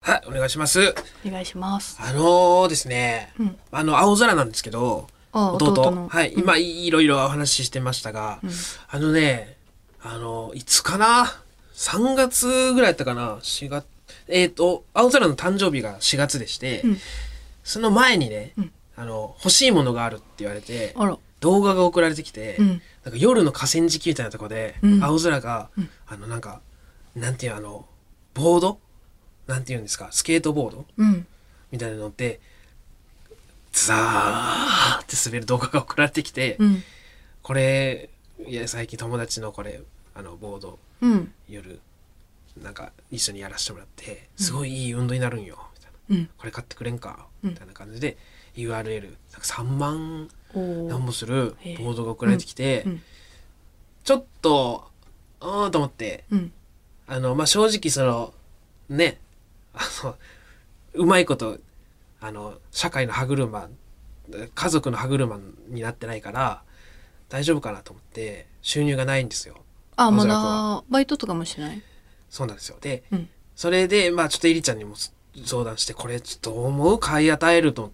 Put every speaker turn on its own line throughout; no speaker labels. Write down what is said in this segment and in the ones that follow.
はい、お願いします。
お願いします。
ですね、
うん、
青空なんですけど、
あ、弟の。
はい、
うん、
今いろいろお話ししてましたが、
うん、
いつかな ?3 月ぐらいやったかな ?4 月、青空の誕生日が4月でして、
うん、
その前にね、
うん、
欲しいものがあるって言われて、
あら、
動画が送られてきて、
うん、
なんか夜の河川敷みたいなところで、
うん、
青空が、
うん、
なんか、なんていうボードなんていうんですか、スケートボード
うん、
みたいなのって、ザーって滑る動画が送られてきて、
うん、
これ、いや、最近友達のこれ、ボード、
うん、
夜、なんか一緒にやらせてもらって、すごいいい運動になるんよ、みたいな。
うん、
これ買ってくれんか、
うん、
みたいな感じで、URL、なんか3万
おー、
何もする
へー、
ボードが送られてきて、
うん、
ちょっと、と思って、
うん、
正直ね、うまいこと、社会の歯車、家族の歯車になってないから、大丈夫かなと思って、収入がないんですよ。
あ、ま
おそらくは。
だ、バイトとかもしない？
そうなんですよ。で、
うん、
それで、ちょっとエリちゃんにも相談して、これちょっとどう思う買い与えると思って、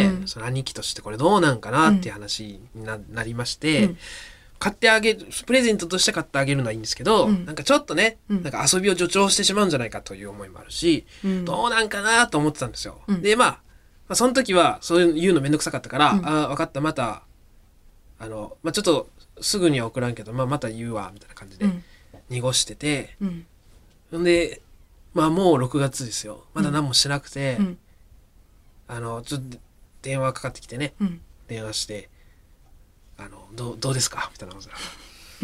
うん、
その兄貴としてこれどうなんかなっていう話になりまして、
うん、
買ってあげる、プレゼントとして買ってあげるのはいいんですけど、
うん、
なんかちょっとね、
うん、
なんか遊びを助長してしまうんじゃないかという思いもあるし、
うん、
どうなんかなと思ってたんですよ。
うん、
で、その時はそういう言うのめんどくさかったから、
うん、
分かった、また、ちょっとすぐには送らんけど、また言うわ、みたいな感じで
うん、
濁してて、
うん、
んで、もう6月ですよ。まだ何もしてなくて、
うん、
ちょっと電話かかってきてね、
うん、
電話して、どうですかみたいなこと
うん、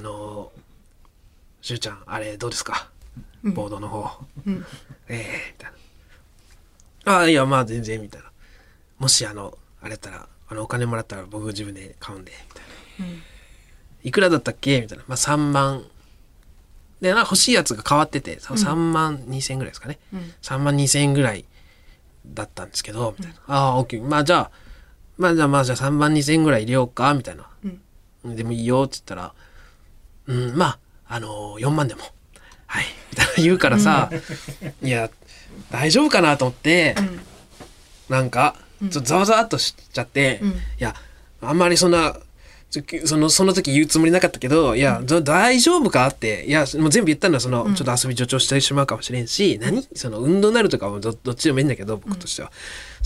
しゅうちゃん、あれどうですか
うん、
ボードの方。
うん、
みたいな。いや、全然、みたいな。もしあれやったら、お金もらったら僕自分で買うんで、みたいな。
うん、
いくらだったっけみたいな。3万。で、欲しいやつが変わってて、3万2千円ぐらいですかね。
うん、
3万2千円ぐらいだったんですけど、みたいな。オッケー。じゃあ3万2千円ぐらい入れようかみたいな。
うん、
でもいいよって言ったら、4万でも。はい。みたいな言うからさ、いや、大丈夫かなと思って、なんか、ちょっとざわざわっとしちゃって、いや、あんまりその時言うつもりなかったけど、いや、大丈夫かって、いや、もう全部言ったのは、ちょっと遊び助長してしまうかもしれんし、運動になるとかはどっちでもいいんだけど、僕としては。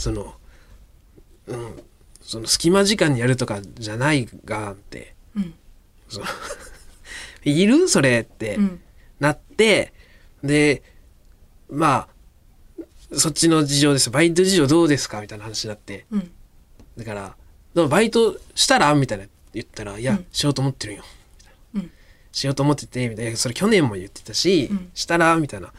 隙間時間にやるとかじゃないがって、いるそれって、なって、で、そっちの事情です。バイト事情どうですかみたいな話になって。だから、でもバイトしたらみたいな言ったら、いや、しようと思ってるよ。みたいなしようと思ってて、みたいな。それ去年も言ってたし、したらみたいな。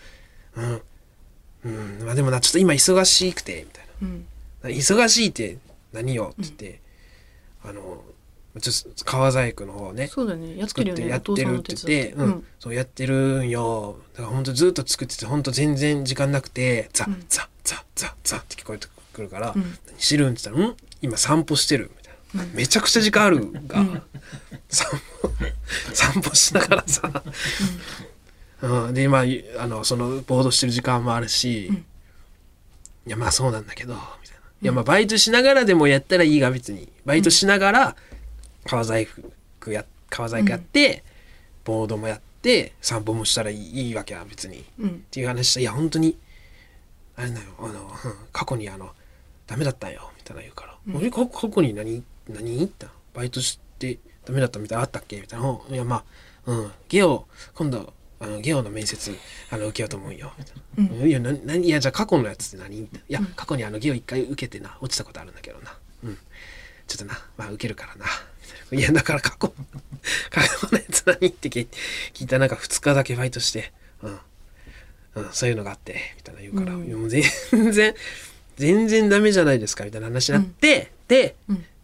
でもちょっと今忙しくて、みたいな。忙しいって何よって言って、ちょっと川細工の方ね。
そうだね。やってるよね。
やってるって言って、そうやってるんよ。だから本当ずっと作ってて、本当全然時間なくて、ザッザッザッザッザッって聞こえてくるから、何してるんって言ったら、今散歩してるみたいな。めちゃくちゃ時間あるが、散歩しながらさ、で、今、そのボードしてる時間もあるし、いや、そうなんだけど、みたいな。いや、バイトしながらでもやったらいいが別に、バイトしながら、川細工やって、ボードもやって散歩もしたらいいわけや別に、っていう話したら、いや本当にあれだよ過去にダメだったんよみたいな言うから、俺過去に何ってバイトしてダメだったみたいなあったっけみたいな、いや今度ゲオの面接受けようと思うよみたいな、いやじゃあ過去のやつって何いや過去にゲオ一回受けて落ちたことあるんだけどな、ちょっとな受けるからな。いやだから過去のやつ何って聞いたら、なんか2日だけバイトして、そういうのがあってみたいな言うから、いやもう全然ダメじゃないですかみたいな話になって、で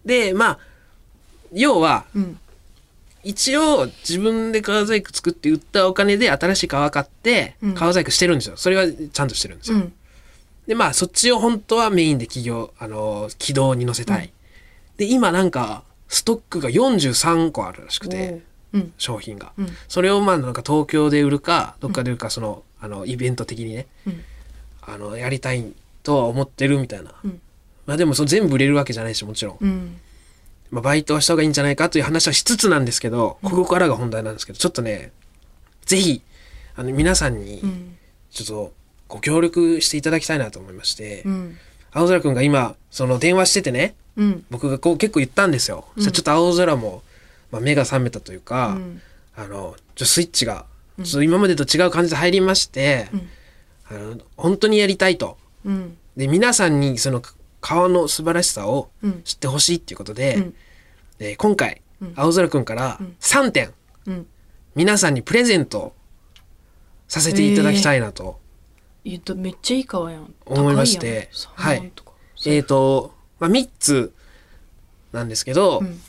要は、一応自分で革細工作って売ったお金で新しい革買って革細工してるんですよ。それはちゃんとしてるんですよ。でそっちを本当はメインで軌道に乗せたい。で今なんかストックが43個あるらしくて、商品が、それをなんか東京で売るかどっかで売るか、イベント的にね、 やりたいとは思ってるみたいな。
うん
まあでもその全部売れるわけじゃないし、もちろん。
うん
まあバイトはした方がいいんじゃないかという話はしつつなんですけど、ここからが本題なんですけど、ちょっとね、ぜひ、皆さんに
う、ん
ちょっとご協力していただきたいなと思いまして、
うん
青空くんが今、その電話しててね、
うん
僕がこう結構言ったんですよ。そしたらちょっと青空も、まあ、目が覚めたというか、
うん
スイッチが、ちょっと今までと違う感じで入りまして、本当にやりたいと。
うん
で、皆さんにその川の素晴らしさを
うん
知ってほしいっていうことで、
うん
で今回、
うん
青空くんから3点、
うん
皆さんにプレゼントさせていただきたいなと。
めっちゃいい川やん。
思いまして
高いやん3万とか
まあ、3つなんですけど、
うん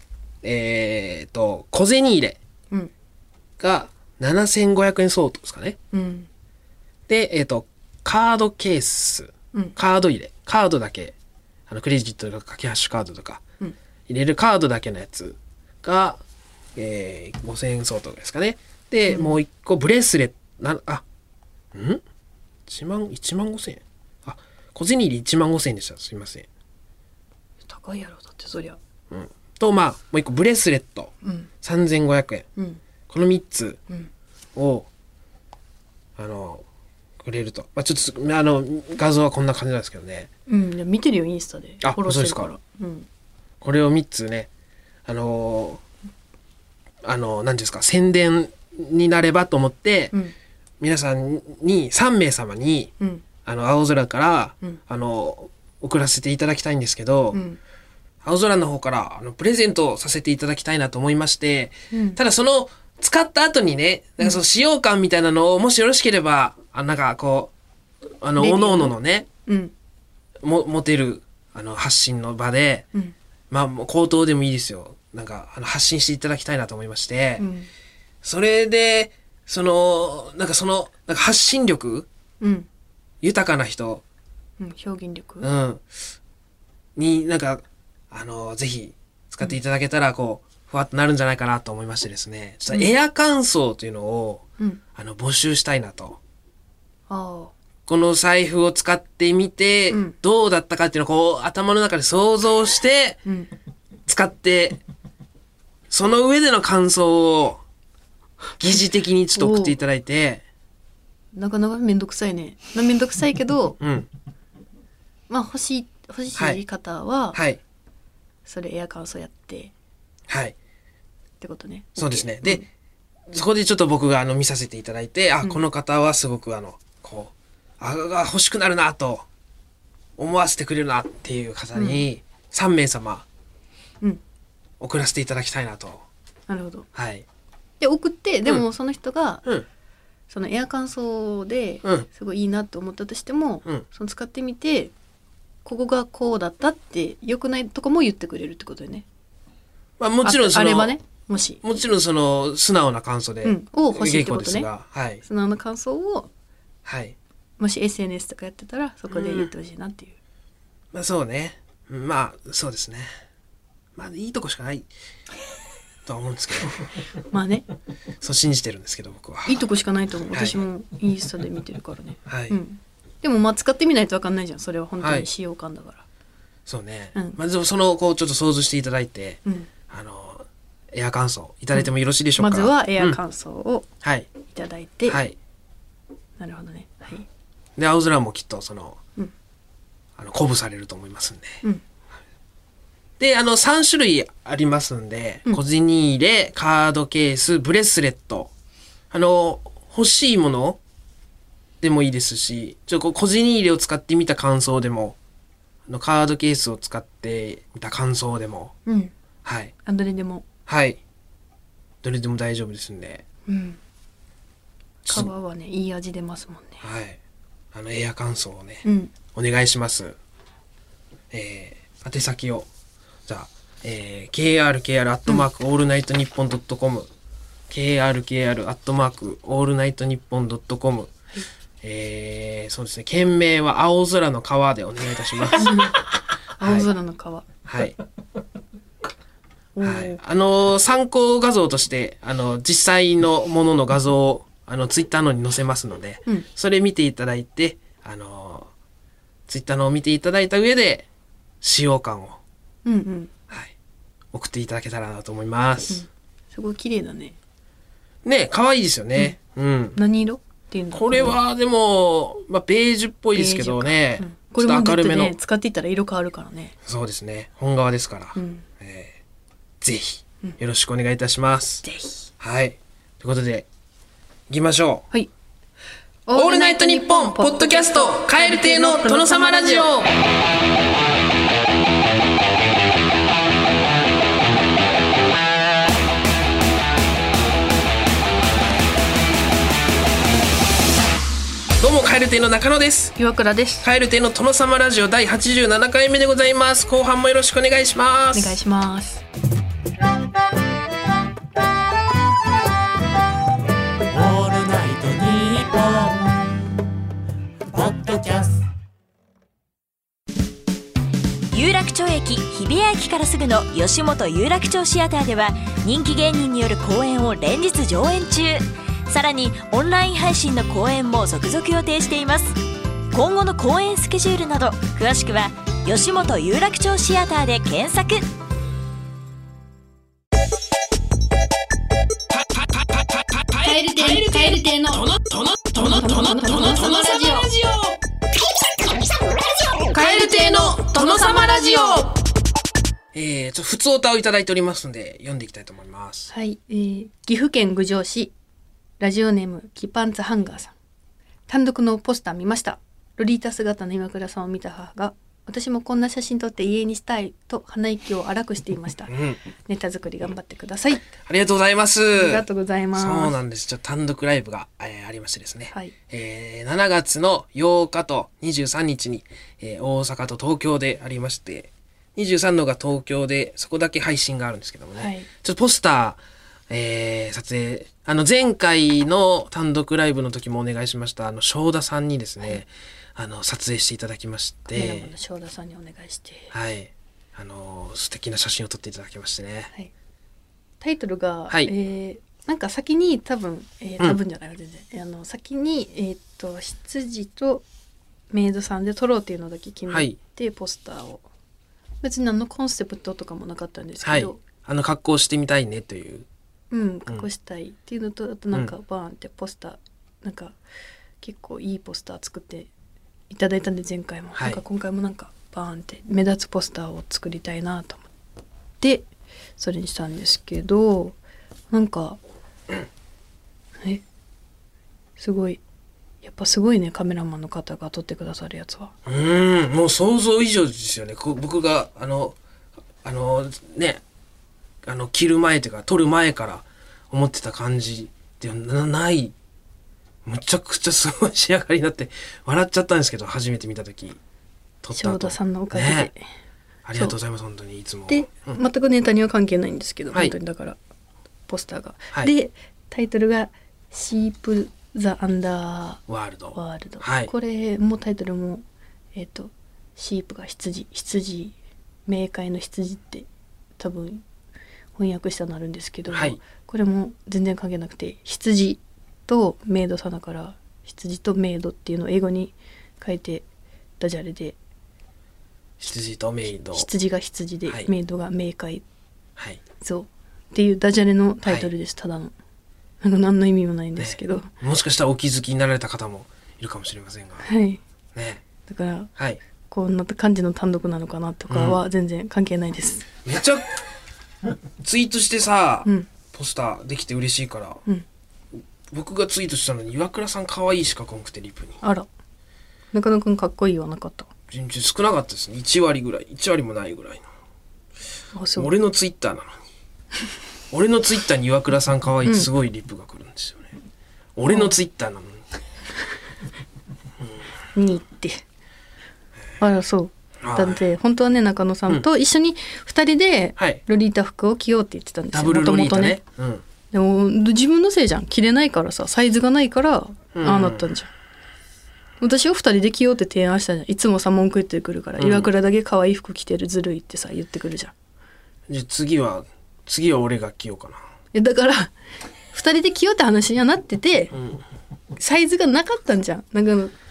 小銭入れ
うん
が7500円相当ですかね。
うん
で、カードケース、
うん
カード入れ、カードだけ、クレジットとかキャッシュカードとか、
うん
入れるカードだけのやつが、5000円相当ですかね。で、もう一個ブレスレット、1万5000円小銭入れ1万5000円でした。すいません。
高いやろだってそりゃ。
と、まあ、もう一個ブレスレット、
うん
3500円。
うん
この3つ
うん
を、くれると。まあ、ちょっと、画像はこんな感じなんですけどね。
うんいや見てるよインスタで
あ
フォローしてるか
そう
ら。うん
これを3つね、何ですか、宣伝になればと思って、
うん
皆さんに、3名様に、
うん
青空から、
うん
送らせていただきたいんですけど、
うん
青空の方から、プレゼントをさせていただきたいなと思いまして、
うん
ただその、使った後にね、なんかその使用感みたいなのを、もしよろしければ、なんかこう、
レビュー
おのおののね、
うん
持てる、発信の場で、
うん
まあ、もう口頭でもいいですよ。なんか、発信していただきたいなと思いまして、
うん
それで、なんか発信力
うん
豊かな人、
表現力
うん、になんか、ぜひ使っていただけたら、こう、ふわっとなるんじゃないかなと思いましてですね、ちょっとエア乾燥というのを、
うん
募集したいなと。
あ
この財布を使ってみて
うん、
どうだったかっていうのをこう、頭の中で想像して、
あうん
使って、その上での感想を疑似的にちょっと送っていただいて、
なかなかめんどくさいね。めんどくさいけど
うん。
まあ欲しい方は
はい。
それエア乾燥やって
はい。
ってことね。
そうですね。で、そこでちょっと僕が見させていただいて、この方はすごくこう、が欲しくなるなと思わせてくれるなっていう方に3名様
うん
送らせていただきたいなと。
なるほど。
はい。
で送ってでもその人が
うん。
そのエア乾燥で
うん
すごいいいなと思ったとしても、
うん
その使ってみてここがこうだったって良くないとこも言ってくれるってことよね。
まあもちろん
あればねもし、
もちろん素直な感想で、
を欲しいってことね。
結構ですが、はい。
素直な感想を
はい。
もし SNS とかやってたらそこで言ってほしいなっていう。
まあそうね。まあそうですね。まあいいとこしかないとは思うんですけど、
まあね
そう信じてるんですけど僕は。
いいとこしかないと思う。
はい
私もインスタで見てるからね。
はい。
うん。でもまあ使ってみないと分かんないじゃん。それは本当に使用感だから。
そうね。
うん
まずこうちょっと想像していただいて、
うん。
エア乾燥いただいてもよろしいでしょうか。
まずはエア
うん
乾燥を
はい。
いただいて、
はい。
なるほどね。はい。
で青空もきっと
うん
鼓舞されると思いますんで。
うん
で3種類ありますんで、
うん
小銭入れ、カードケース、ブレスレット。欲しいものでもいいですし、こう小銭入れを使ってみた感想でも、カードケースを使ってみた感想でも、
うん。
はい。
どれでも。
はい。どれでも大丈夫ですんで、
うん。皮
ちょっ
はねいい味出ますもんね。
はい。エア乾燥をね、
うん。
お願いします。宛先を。じゃあ、krkr@allnightnippon.com krkr@allnightnippon.com そうですね。件名は青空の川でお願いいたします。
青空の皮。
はい。
おー
はい。参考画像として、実際のものの画像を、ツイッターのに載せますので、
うん
それ見ていただいて、 ツイッターのを見ていただいた上で使用感を、
うんうん。
はい、送っていただけたらなと思います。
すごい綺麗だね。
ね、可愛いですよね。
何色っていうんだ。
これはでも、まあ、ベージュっぽいですけどね。
これも明るめの、使っていったら色変わるからね。
そうですね。本革ですから。ぜひよろしくお願いいたします。
ぜひ。
はい。ということで行きましょう。
はい。
オールナイトニッポンポッドキャスト蛙亭の殿様ラジオ。どうも蛙亭の中野です。
岩倉です。
蛙亭の殿様ラジオ第87回目でございます。後半もよろしくお願いします。
お願いします。
有楽町駅日比谷駅からすぐの吉本有楽町シアターでは人気芸人による公演を連日上演中。さらにオンライン配信の公演も続々予定しています。今後の公演スケジュールなど詳しくは吉本有楽町シアターで検索。
蛙亭の殿様ラジオ。
蛙亭の殿様ラジオ。普通歌をいただいておりますので読んでいきたいと思います。
はい、岐阜県郡上市ラジオネームキパンツハンガーさん。単独のポスター見ました。ロリータ姿の岩倉さんを見た母が、私もこんな写真撮って家にしたいと鼻息を荒くしていました。ネタ作り頑張ってください。
ありがとうございます。
ありがとうございます。
そうなんです。単独ライブが、ありましてですね、
はい、
7月の8日と23日に、大阪と東京でありまして、23のが東京でそこだけ配信があるんですけどもね、はい、ちょっとポスター、撮影前回の単独ライブの時もお願いしました正田さんにですね、撮影していただきまして、カメラマンの
正田さんにお願いして、
はい、素敵な写真を撮っていただきましてね、
はい、タイトルが、
はい、
なんか先に多分じゃないわ全然、先に執事とメイドさんで撮ろうっていうのだけ決めて、はい、ポスターを別に何のコンセプトとかもなかったんですけど、
はい、格好してみたいねという、
格好したいっていうのと、あとなんかバーンってポスター、なんか結構いいポスター作っていただいたんで前回も、はい、なんか今回もなんかバーンって目立つポスターを作りたいなと思ってそれにしたんですけど、なんかすごいやっぱすごいね、カメラマンの方が撮ってくださるやつは。
もう想像以上ですよね。僕がね着る前というか撮る前から思ってた感じではない。むちゃくちゃすごい仕上がりになって笑っちゃったんですけど、初めて見た時撮った後
正田さんのおかげで、ね、
ありがとうございます。本当にいつも
で、全くネタには関係ないんですけど、はい、本当にだからポスターが、はい、でタイトルがシープザ・アンダーワールド、はい、これもタイトルもシープが羊冥界の羊って多分翻訳したのあるんですけど、はい、これも全然関係なくて、羊とメイドさんだから羊とメイドっていうのを英語に書いてダジャレで、
羊とメイド、
羊が羊で、はい、メイドが冥界、
はい、
そうっていうダジャレのタイトルです、はい、ただのなんか何の意味もないんですけど、
ね、もしかしたらお気づきになられた方もいるかもしれませんが、
はい
ね、
だから、
はい、
こんな感じの単独なのかなとかは全然関係ないです、
めっちゃツイートしてさ、ポスターできて嬉しいから、僕がツイートしたのに岩倉さん可愛いしか来んくてリプに、
あら中野くんかっこいいはなかった？
全然少なかったですね。1割ぐらい、1割もないぐらいの。
あ、そう。
俺のツイッターなのに俺のツイッターに岩倉さん可愛いってすごいリプが来るんですよね、俺のツイッターなのに、
にってあらそうだって本当はね、中野さんと一緒に2人でロリータ服を着ようって言ってたんですよ、
ダブルロリータね、
でも自分のせいじゃん、着れないからさ、サイズがないからああなったんじゃん、私を2人で着ようって提案したじゃん。いつもさ文句言ってくるから、岩倉だけ可愛い服着てるずるいってさ言ってくるじゃん。
じゃあ次は俺が着ようかな。
だから2人で着ようって話にはなってて、サイズがなかったんじゃん。なんか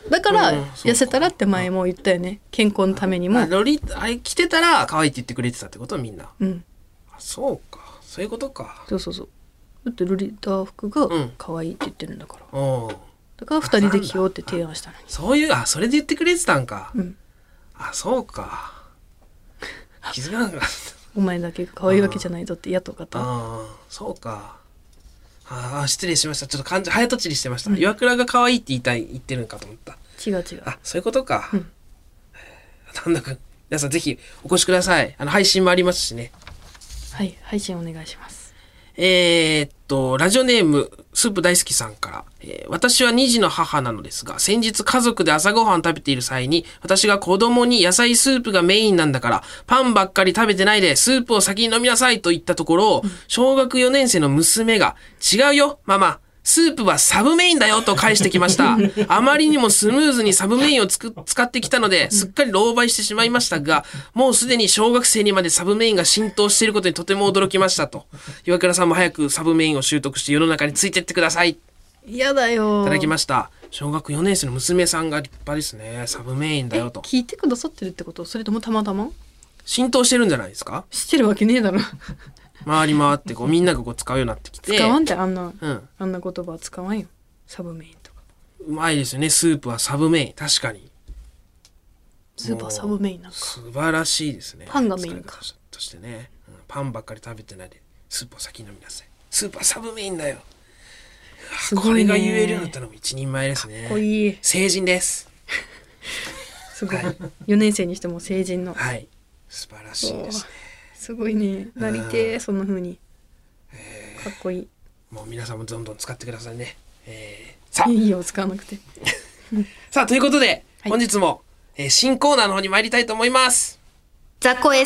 だから痩せたらって前も言ったよね。健康のためにも。
ロリあれ着てたら可愛いって言ってくれてたってことみんな。そうか、そういうことか。
そうそうそう。だってロリータ服が可愛いって言ってるんだから。だから2人で着ようって提案したのに。
そういうそれで言ってくれてたんか。そうか。気づかなかった。
お前だけが可愛いわけじゃないぞってやっと分かった。
そうか。失礼しました。ちょっと早とちりしてました。岩倉が可愛いって言ってるのかと思った。
違う。
そういうことか。なんだか皆さんぜひお越しください。配信もありますしね。
はい、配信お願いします。
ラジオネームスープ大好きさんから、私は2児の母なのですが、先日家族で朝ごはん食べている際に、私が子供に野菜スープがメインなんだからパンばっかり食べてないでスープを先に飲みなさいと言ったところ、小学4年生の娘が違うよママ、スープはサブメインだよと返してきました。あまりにもスムーズにサブメインを使ってきたので、すっかり狼狽してしまいましたが、もうすでに小学生にまでサブメインが浸透していることにとても驚きましたと。岩倉さんも早くサブメインを習得して世の中についてってください。
嫌だよ。
いただきました。小学4年生の娘さんが立派ですね。サブメインだよと。
聞いてくださってるってこと？それともたまたま？
浸透してるんじゃないですか？
知ってるわけねえだろ。
回り回ってみんなが使うようになってきて。
使わんってあんな言葉使わんよ。サブメインとか。
うまいですよね。スープはサブメイン。確かに。
スープはサブメインなんか。
素晴らしいですね。
パンがメインか。
としてね、パンばっかり食べてないでスープを先に飲みなさい。スープはサブメインだよ。すごいね。これが言えるようになったのも一人前ですね。
かっこいい。
成人です。
すごい。4年生にしても成人の。
はい。素晴らしいですね。
すごいね。なりてー、そんな風に。かっこいい。
もう皆さんもどんどん使ってくださいね。
さあ。いいよ、使わなくて。
さあ、ということで、本日も、新コーナーの方に参りたいと思います。
ザコ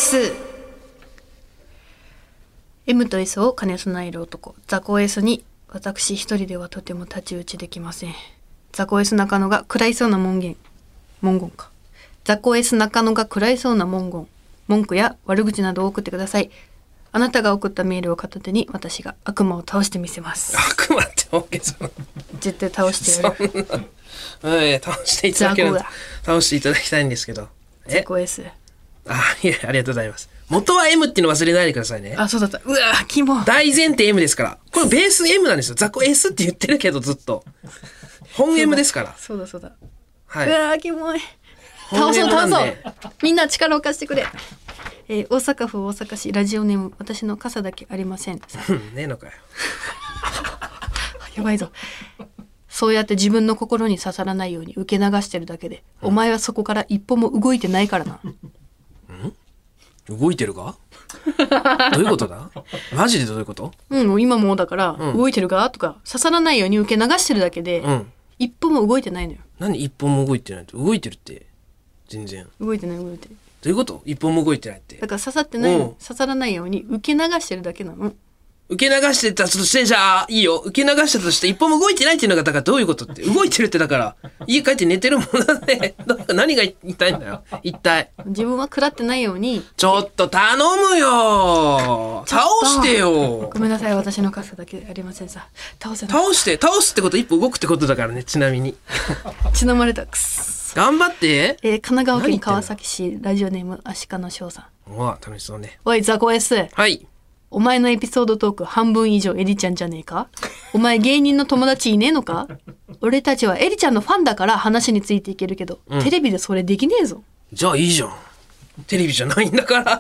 S。M と S を兼ね備える男。ザコ S に、私一人ではとても太刀打ちできません。ザコ S 中野が食らいそうな文言か。ザコ S 中野が食らいそうな文句や悪口などを送ってください。あなたが送ったメールを片手に私が悪魔を倒してみせます。
悪魔って大げさな。
絶対倒してや
る。倒していただける。倒していただきたいんですけど。
ザコ S。
いえ、ありがとうございます。元は M っていうの忘れないでくださいね。
そうだった。うわー、キモ。
大前提 M ですから。これベース M なんですよ。ザコ S って言ってるけどずっと。本 M ですから。
そうだ。
はい。
うわー、キモい。倒そう。みんな力を貸してくれ。大阪府大阪市ラジオネーム、私の傘だけありません。ね
えのかよ。
やばいぞ。そうやって自分の心に刺さらないように受け流してるだけで、お前はそこから一歩も動いてないからな。
動いてるか？どういうことだ？マジでどういうこと？
今もだから、動いてるかとか刺さらないように受け流してるだけで、一歩も動いてないのよ。
何一歩も動いてないって？動いてるって全然。
動いてない。どう
いうこと？一歩も動いてないって。
だから刺さってないの、刺さらないように受け流してるだけなの。
受け流してたとしてじゃあいいよ。受け流したとして一歩も動いてないっていうのがだからどういうことって？動いてるってだから家帰って寝てるもんなんで何が言いたいんだよ一体。
自分は食らってないように。
ちょっと頼むよ。倒してよ。
ごめんなさい、私の傘だけありませんさ。倒す
ってこと一歩動くってことだからね。ちなみに
血のまれた。くっそ
頑張って。
神奈川県川崎市ラジオネームアシカの翔さ
ん。うわ楽しそうね。
おいザコ S。
はい。
お前のエピソードトーク半分以上エリちゃんじゃねえか？お前芸人の友達いねえのか？俺たちはエリちゃんのファンだから話についていけるけど、テレビでそれできねえぞ。
じゃあいいじゃん。テレビじゃないんだから。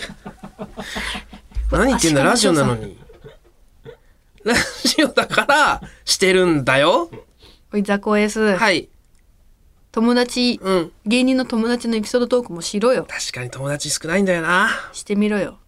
何言ってんだ、ラジオなのに。ラジオだからしてるんだよ。
おいザコ S。
はい。
友達、芸人の友達のエピソードトークもしろよ。
確かに友達少ないんだよな。
してみろよ。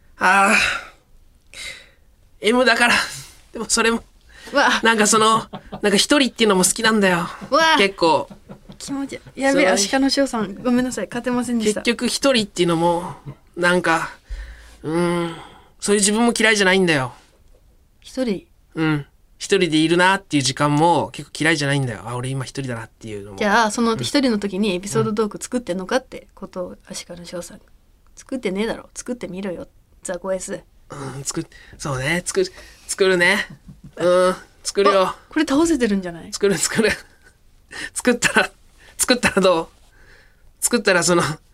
M だから。でもそれもなんか一人っていうのも好きなんだよ。結構
気持ちやべえ。アシカの翔さんごめんなさい、勝てませんでした。
結局一人っていうのもなんかそういう自分も嫌いじゃないんだよ。
一人
一人でいるなっていう時間も結構嫌いじゃないんだよ。俺今一人だなっていうのも。
じゃあその一人の時にエピソードトーク作ってんのかってことをアシカの翔さん作ってねえだろ。作ってみろよザコ S。
そうね。作るね。作るよ。
これ倒せてるんじゃない？
作る。 作ったらどう？作ったら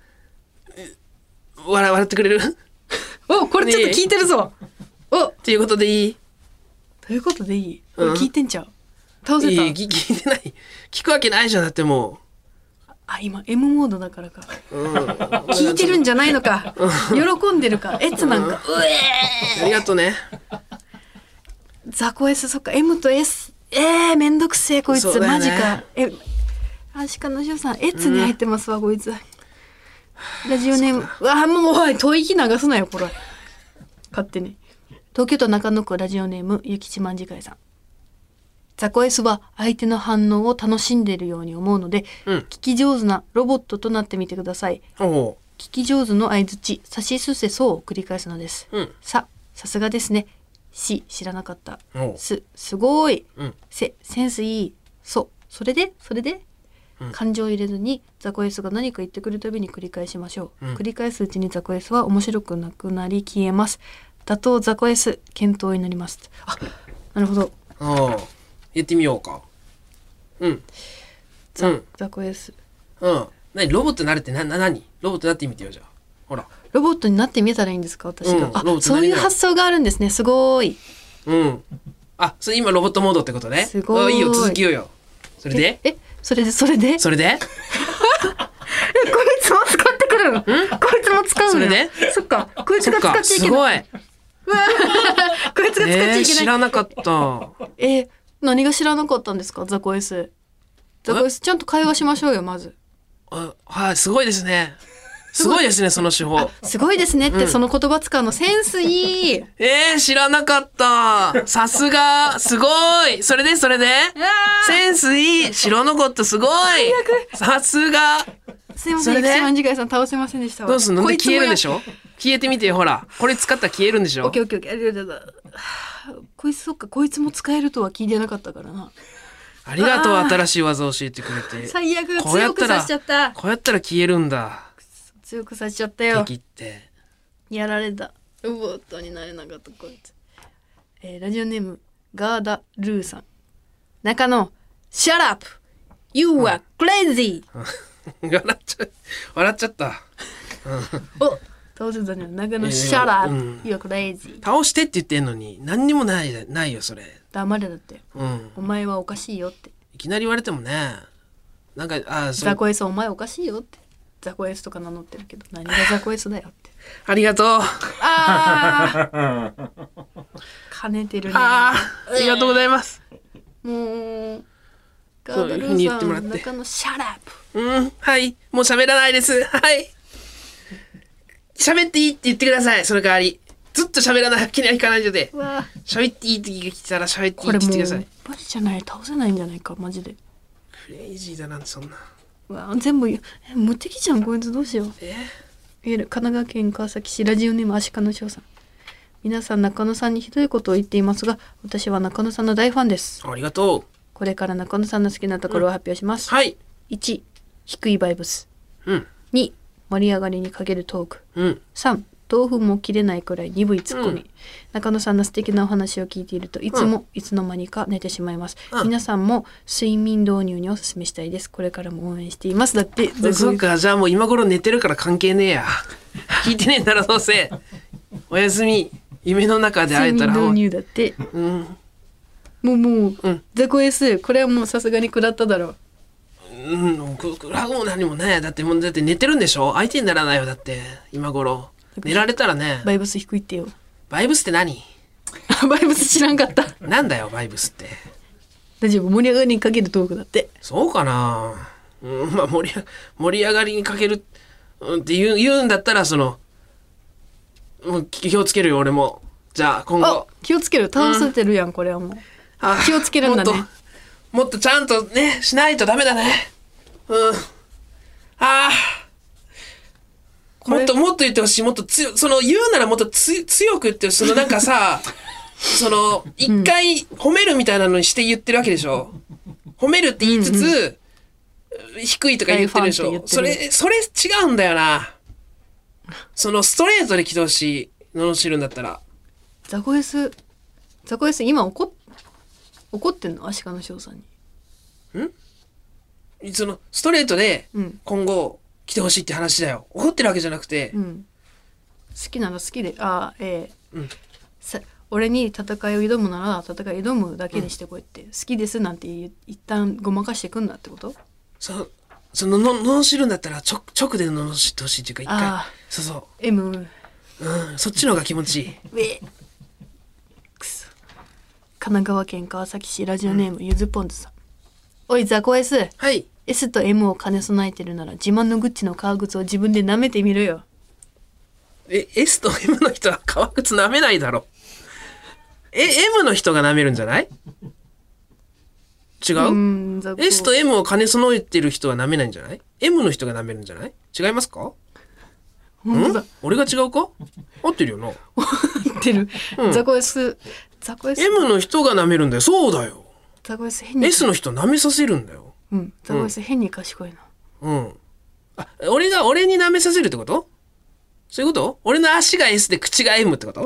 笑ってくれる？
お、これちょっと聞いてるぞ。お、
っていうことでいい？
ということでいい？これ聞いてんちゃう？倒せた？
聞いてない。聞くわけないじゃん、だってもう。
今 M モードだからか。聞いてるんじゃないのか。喜んでるか。エツなんか。
ありがとね。
ザコ S、そっか。M と S。めんどくせえ、こいつ。ね、マジか。アシカのしょさん、エツに入ってますわ、こいつ。ラジオネーム。うわ、もう、おい、吐息流すなよ、これ。勝手に。東京都中野区ラジオネーム、ゆきちまんじかいさん。ザコ S は相手の反応を楽しんでいるように思うので、聞き上手なロボットとなってみてください。聞き上手の相づち、さしすせそを繰り返すのです。さすがですね。知らなかった。すごい。センスいい。それで、感情を入れずにザコ S が何か言ってくるたびに繰り返しましょう。繰り返すうちにザコ S は面白くなくなり消えます。打倒ザコ S、検討になります。なるほど。
やってみようか。
ザコ S。
何ロボットになれって何？ロボットになってみてよ、じゃあ。ほら。
ロボットになってみたらいいんですか、私が。そういう発想があるんですね。すごい。
それ今ロボットモードってことね。
すごい。
いいよ、続きようよ。それで？
それでこいつも使ってくるの？こいつも使うの？それで？そっか。こいつが使っちゃいけない。すごい。こいつが使っちゃいけない。
知らなかった。
何が知らなかったんですか、ザコ S。ザコ S、ちゃんと会話しましょうよ、まず。
はい、すごいですね。すごいですね、その手法。
すごいですねって、その言葉使うのセンスいい。
知らなかった。さすが、すごい。それでセンスいい。知らなかった、すごい。さすが。
すいません、一番次回さん倒せませんでしたわ。
どうすんの？消えるでしょ？消えてみてよ、ほら。これ使ったら消えるんでしょ？
オッケー。こいつ、そっか、こいつも使えるとは聞いてなかったからな。
ありがとう、新しい技教えてくれて。
最悪、強くさせちゃった。
こうやったら消えるんだ。
強くさせちゃったよ。
敵って。や
られた。ロボットになれなかった、こいつ。ラジオネーム、ガーダ・ルーさん。中野、Shut up! You are crazy!
笑っちゃった。
倒せたね。中野、Shut up! You are crazy!
倒してって言ってんのに、何にもないよ、それ。
黙れだって。お前はおかしいよって。
いきなり言われてもね。なんか、
ザコ S お前おかしいよって。ザコ S とか名乗ってるけど、何がザコ S だよって。
ありがとう。
兼ねてるね。
ありがとうございます。
もう、
そういうふうに言ってもらって。
中のシャラッ
プ。はい。もう喋らないです。はい。喋っていいって言ってください。その代わり。ずっと喋らない。気には引かないで。喋っていい時が来たら喋っていいって言ってください。
マジじゃない。倒せないんじゃないか、マジで。
クレイジーだなんてそんな。
全部無敵じゃん、こいつどうしよう。神奈川県川崎市ラジオネームアシカの翔さん。皆さん中野さんにひどいことを言っていますが、私は中野さんの大ファンです。
ありがとう。
これから中野さんの好きなところを発表します。
はい。
1、低いバイブス。2、盛り上がりにかけるトーク。3、豆腐も切れないくらい鈍いツッコミ、中野さんの素敵なお話を聞いているといつもいつの間にか寝てしまいます、皆さんも睡眠導入におすすめしたいです。これからも応援しています。だって
そうか、じゃあもう今頃寝てるから関係ねえや。聞いてねえんだろどうせ。おやすみ。夢の中で会えたら
睡眠導入だって、もう、ザコ S これはもうさすがに食らっただろう。
食らうも何もね。だって寝てるんでしょ。相手にならないよ。だって今頃寝られたらね。
バイブス低いってよ。
バイブスって何？
バイブス知らんかった。
なんだよバイブスって。
大丈夫、盛り上がりにかけるトークだって。
そうかな。まあ盛り上がりにかけるって言うんだったらもう気をつけるよ俺も。じゃあ今後
気をつける。倒せてるやん、これはもう。気をつけるんだね。
もっとちゃんとねしないとダメだね。もっと言ってほしい。もっと言うならもっと強く言ってほしい。なんかさ一回褒めるみたいなのにして言ってるわけでしょ。褒めるって言いつつ、低いとか言ってるでしょ。それ違うんだよな。ストレートで来てほしい。罵るんだったら。
ザコ S 今怒ってんの？アシカの翔さんに。
そのストレートで今後来てほしいって話だよ。怒ってるわけじゃなくて、
好きなら好きで俺に戦いを挑むなら戦い挑むだけにしてこいって、好きですなんて一旦ごまかしてくんなってこと？
その罵るんだったら直で罵ってほしいっていうか、一回そう
M
そっちの方が気持ちいい。
くそ。神奈川県川崎市ラジオネームゆずぽんずさん。おいザコ S、
はい。
S と M を兼ね備えてるなら自慢のグッチの革靴を自分で舐めてみろよ。
S と M の人は革靴舐めないだろ。M の人が舐めるんじゃない？違う？ S と M を兼ね備えてる人は舐めないんじゃない？ M の人が舐めるんじゃない？違いますか？俺が違うか？合ってるよな。合
ってる。ザコ S
M の人が舐めるんだよ。そうだよ。
ザコ S 変に
S の人舐めさせるんだよ。
ザコ S 変に賢いな。
俺に舐めさせるってこと？そういうこと？俺の足が S で口が M ってこと？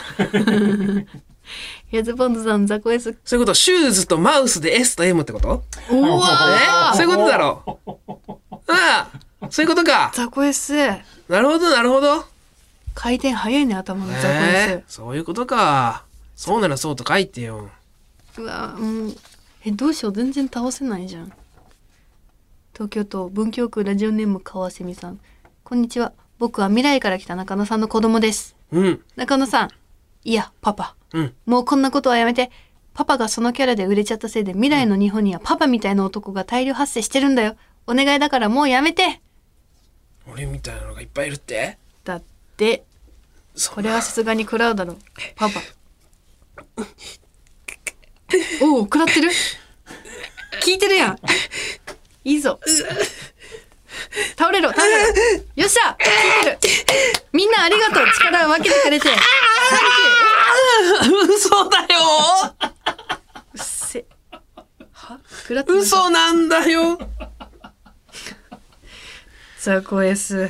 ゆずぽんずさんザコ S。
そういうこと？シューズとマウスで S と M ってこと？
うわ
そういうことだろう。そういうことか。
ザコ S。
なるほどなるほど。
回転早いね頭のザコ S。
そういうことか。そうならそうと書いてよ。
うわもうどうしよう全然倒せないじゃん。東京都文京区ラジオネーム川蝉さん。こんにちは。僕は未来から来た中野さんの子供です。中野さん。いやパパ。もうこんなことはやめて。パパがそのキャラで売れちゃったせいで未来の日本にはパパみたいな男が大量発生してるんだよ。お願いだからもうやめて。俺
みたいなのがいっぱいいるって？
だってこれはさすがに食らうだろうパパ。おお食らってる？聞いてるやん。いいぞ。倒れろよっしゃ聞いてる。みんなありがとう。力を分けてくれて。
嘘だよ。
うっせ。は？食らってる。
嘘なんだよ。
ザコ S。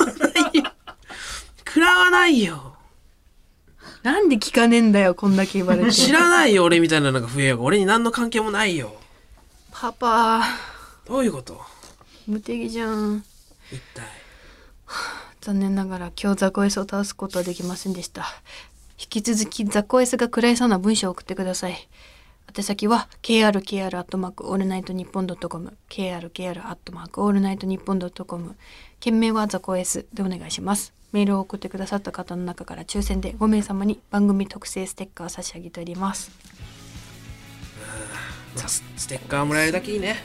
食らわないよ。
なんで聞かねえんだよこんだけ言われて。
知らないよ俺みたいなのが増えようが。俺に何の関係もないよ。
パパ。
どういうこと？
無敵じゃん。
一体。
残念ながら今日ザコ S を倒すことはできませんでした。引き続きザコ S が食らいそうな文章を送ってください。宛先は krkr@allnightnippon.com krkr@allnightnippon.com 件名はザコ S でお願いします。メールを送ってくださった方の中から抽選で5名様に番組特製ステッカーを差し上げております。
ステッカーもらえるだけいいね。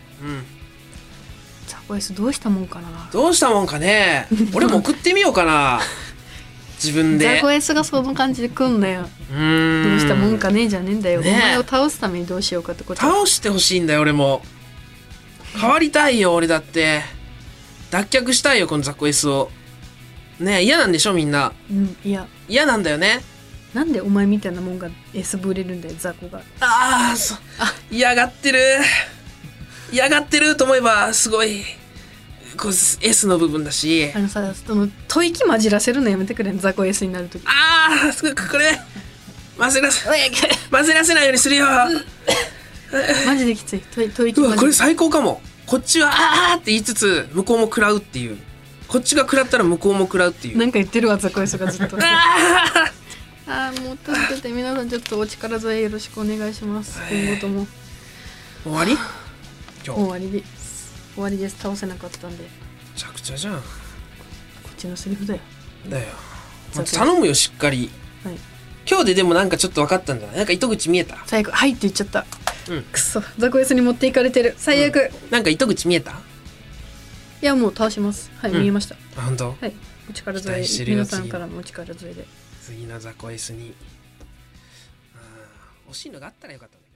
ザコ S どうしたもんかな。
どうしたもんかね。俺も送ってみようかな。自分で。
ザコ S がその感じで来んだよ。どうしたもんかねえじゃねえんだよ、ね、お前を倒すためにどうしようかってこと。
倒してほしいんだよ俺も。変わりたいよ俺だって。脱却したいよこのザコ S を。ねえ嫌なんでしょみんな。嫌なんだよね。
なんでお前みたいなもんが S ぶれるんだよザコが。
嫌がってると思えばすごいこう S の部分だし。
さその吐息混じらせるのやめてくれんザコ S になるとき。こ
れ混ぜらせないようにするよ。
マジできつい。吐息混じ
これ最高かも。こっちはって言いつつ向こうも食らうっていう。こっちが食らったら向こうも食らうっていう。
なんか言ってるわザコ S がずっと。もう助けて皆さんちょっとお力添えよろしくお願いします。今後とも。
終わり？
今日終わりです。終わりです。倒せなかったんで。め
ちゃくちゃじゃん。こ
っちのセリフだよ。
頼むよしっかり。はい。今日ででもなんかちょっと分かったんじゃない？なんか糸口見えた？
最後はいって言っちゃった。くそザコ S に持っていかれてる。最悪。
なんか糸口見えた？
いやもう倒します。はい、見えました。
本当？
はい。お力添え皆さんからもお力添えで。
次のザコ S に惜しいのがあったらよかったね。